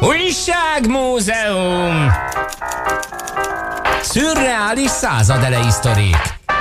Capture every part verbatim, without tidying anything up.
Újságmúzeum! Szürreális századelei sztorik.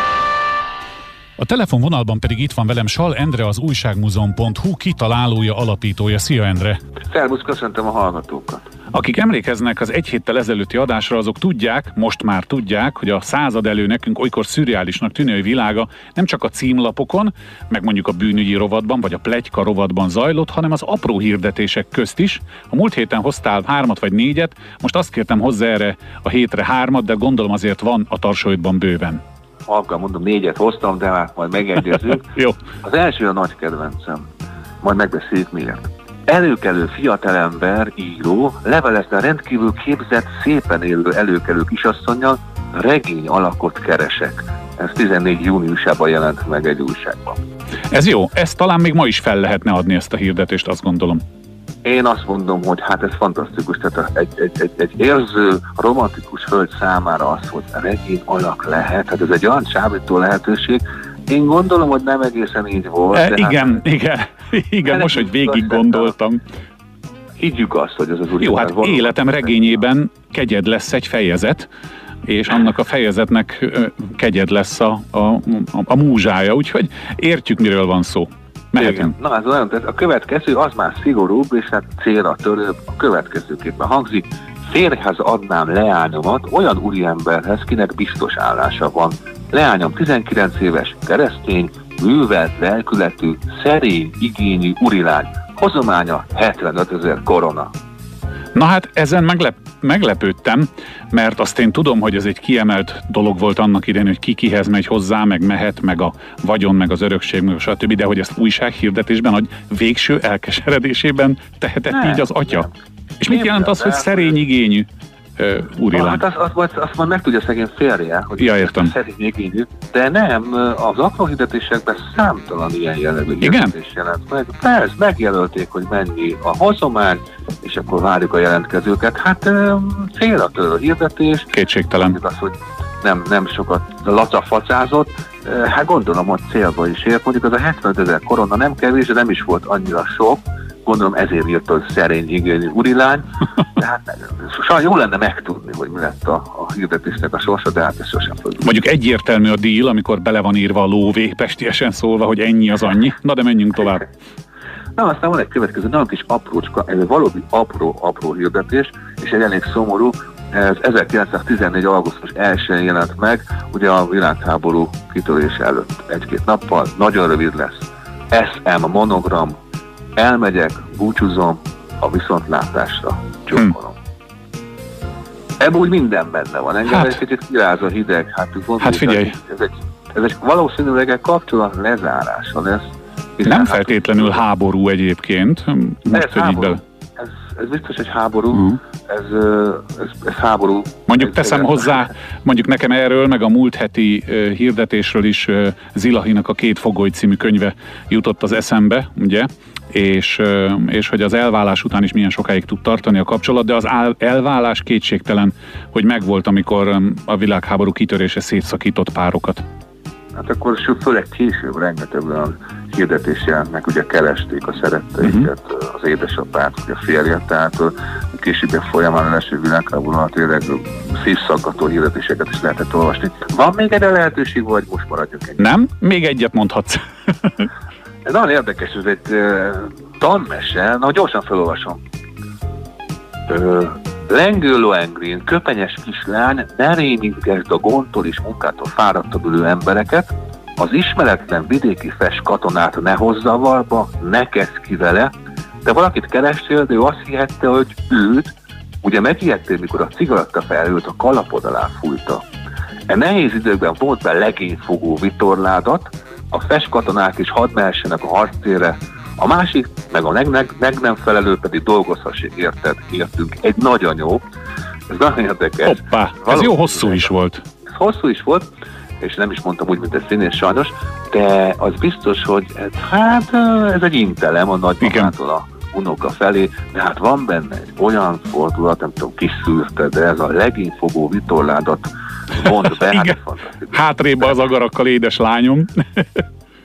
A telefonvonalban pedig itt van velem Sall Endre, az újságmúzeum pont hu kitalálója, alapítója. Szia, Endre! Szervusz, köszöntöm a hallgatókat! Akik emlékeznek az egy héttel ezelőtti adásra, azok tudják, most már tudják, hogy a századelő nekünk olykor szürreálisnak tűnő világa nem csak a címlapokon, meg mondjuk a bűnügyi rovatban, vagy a pletyka rovatban zajlott, hanem az apró hirdetések közt is. A múlt héten hoztál hármat vagy négyet, most azt kértem hozzá erre a hétre hármat, de gondolom azért van a tarsolyodban bőven. Halkan mondom, négyet hoztam, de hát majd megegyezünk. Jó. Az első a nagy kedvencem, majd megbeszéljük miért. Előkelő fiatalember, író, levelezte a rendkívül képzett, szépen élő előkelő kisasszonnyal, regény alakot keresek. Ez tizennégy júniusában jelent meg egy újságban. Ez jó, ezt talán még ma is fel lehetne adni, ezt a hirdetést, azt gondolom. Én azt mondom, hogy hát ez fantasztikus, tehát egy, egy, egy, egy érző, romantikus hölgy számára az, hogy regény alak lehet, hát ez egy olyan csábító lehetőség. Én gondolom, hogy nem egészen így volt. E, igen, hát, igen, igen, most, hogy végig gondoltam. Higgyük azt, hogy ez az úr. Jó, hát életem regényében kegyed lesz egy fejezet, és annak a fejezetnek kegyed lesz a, a, a, a múzsája, úgyhogy értjük, miről van szó. Mehetünk. Na, ez olyan, tehát a következő az már szigorúbb, és hát célra törőbb, a következőképpen hangzik. Férjhez adnám leányomat olyan úriemberhez, kinek biztos állása van. Leányom tizenkilenc éves, keresztény, művelt lelkületű, szerény, igényű urilány. Hozománya hetvenöt ezer korona. Na hát ezen meglep, meglepődtem, mert azt én tudom, hogy ez egy kiemelt dolog volt annak idején, hogy ki kihez megy hozzá, meg mehet, meg a vagyon, meg az örökség, meg a stb., de hogy ezt újsághirdetésben, hogy végső elkeseredésében tehetett nem, így az atya. Nem. És mit jelent az, hogy szerény igényű uh, úrilány? Hát azt, azt, azt, azt majd megtudja szegény férje, hogy ja, értem. Szerény igényű, de nem, az apró hirdetésekben számtalan ilyen jellegű hirdetés jelent meg. Persze, megjelölték, hogy mennyi a hozomány, és akkor várjuk a jelentkezőket. Hát célra törő hirdetés. Kétségtelen. Az, hogy nem, nem sokat lacafacázott. Hát gondolom, hogy célba is ért. Mondjuk az a hetvenöt ezer korona nem kevés, de nem is volt annyira sok. Gondolom ezért írt az szerény igényű urilány. De hát sajnos jó lenne megtudni, hogy mi lett a, a hirdetésnek a sorsa, de hát ez sosem fogjuk. Mondjuk egyértelmű a díl, amikor bele van írva a lóvé, pestiesen szólva, hogy ennyi az annyi. Na de menjünk tovább. Na, aztán van egy következő, nagyon kis aprócska, ez egy valódi apró-apró hirdetés, és egy elég szomorú. Ez ezerkilencszáztizennégy. augusztus elsején jelent meg, ugye a világháború kitörése előtt egy-két nappal, nagyon rövid lesz. es em monogram, elmegyek, búcsúzom, a viszontlátásra csókolom. Hm. Ebben úgy minden benne van, engem hát, egy kicsit kiráz a hideg. Hát, hát figyelj! Ez egy, ez egy valószínűleg egy kapcsolat lezárása lesz. Nem hát, feltétlenül hát, háború egyébként. Most, ez, háború. Ez, ez biztos egy háború. Uh-huh. Ez, ez, ez háború. Mondjuk ez teszem hozzá, mondjuk nekem erről, meg a múlt heti uh, hirdetésről is uh, Zilahinak a Két fogoly című könyve jutott az eszembe, ugye? És, uh, és hogy az elválás után is milyen sokáig tud tartani a kapcsolat, de az elválás kétségtelen, hogy megvolt, amikor um, a világháború kitörése szétszakított párokat. Hát akkor főleg később rengeteg olyan hirdetés jelent meg, ugye keresték a szeretteiket, uh-huh. az édesapát, ugye a férjet, tehát későbbi folyamán a első világháborúban tényleg szívszaggató hirdetéseket is lehetett olvasni. Van még egy lehetőség, vagy most maradjunk egy? Nem? Még egyet mondhatsz. Ez nagyon érdekes, ez egy uh, tanmese, na gyorsan felolvasom. Uh, Lengő Lohengrin, köpenyes kislány, ne rémítgesd a gondtól és munkától fáradtabb ülő embereket, az ismeretlen vidéki fes katonát ne hozz zavarba, ne kezd ki vele, de valakit kerestél, de ő azt hihette, hogy őt, ugye megijedtél, mikor a cigaretta felült, a kalapod alá fújta. E nehéz időkben volt be legényfogó vitorládat, a fes katonák is hadd mehessenek a harctérre, a másik, meg a meg, meg, meg nem felelő pedig dolgozhassék, érted, értünk. Egy nagyanyó, ez nagyon érdekes. Hoppá, ez jó hosszú is volt. Ez hosszú is volt, és nem is mondtam úgy, mint egy színész sajnos, de az biztos, hogy ez, hát ez egy intelem a nagymamától a unoka felé, de hát van benne egy olyan fordulat, nem tudom, kiszűrte, de ez a legényfogó vitorládat vont be. Hát hátrébb az agarakkal, édes lányom.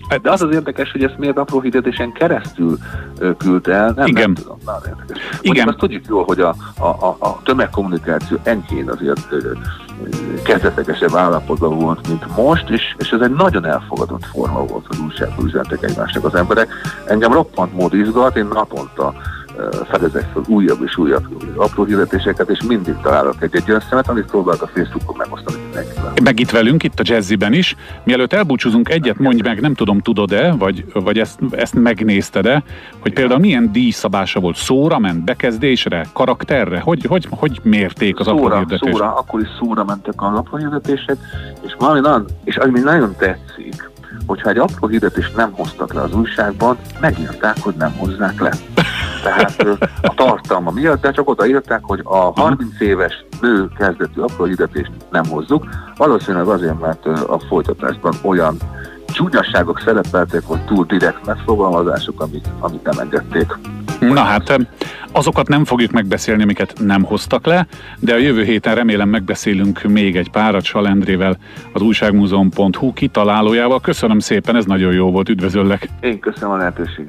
De az az érdekes, hogy ezt miért apró hirdetésen keresztül ö, küldte el, nem, Igen. nem tudom, nagyon érdekes. Igen. Mondjuk azt tudjuk jól, hogy a, a, a, a tömegkommunikáció enyhén azért ö, ö, kezdetlegesebb állapotban volt, mint most, és, és ez egy nagyon elfogadott forma volt, hogy újságból üzentek egymásnak az emberek. Engem roppant mód izgat, én naponta fedezek fel újabb és újabb apró hirdetéseket, és mindig találok egy-egy olyan szemet, amit próbálok a Facebookon megosztani mindenkivel. Meg itt velünk, itt a Jazziben is. Mielőtt elbúcsúzunk, egyet mondj meg, nem tudom, tudod-e, vagy, vagy ezt, ezt megnézted-e, hogy például milyen díjszabása volt? Szóra ment, bekezdésre, karakterre? Hogy, hogy, hogy mérték az apró hirdetést? Szóra, akkor is szóra mentek az apró hirdetések, és valami nagyon, és ami nagyon tetszik, hogyha egy apró hirdetést nem hoztak le az újságban, megírták, hogy nem hozzák le. Tehát a tartalma miatt, de csak odaírták, hogy a harminc éves nő kezdetű apró hirdetést nem hozzuk. Valószínűleg azért, mert a folytatásban olyan csúnyasságok szerepeltek, hogy túl direkt megfogalmazások, amit, amit nem engedték. Na hát, azokat nem fogjuk megbeszélni, amiket nem hoztak le, de a jövő héten remélem megbeszélünk még egy párat Sall Endrével, az újságmúzeum pont hu kitalálójával. Köszönöm szépen, ez nagyon jó volt, üdvözöllek! Én köszönöm a lehetőséget!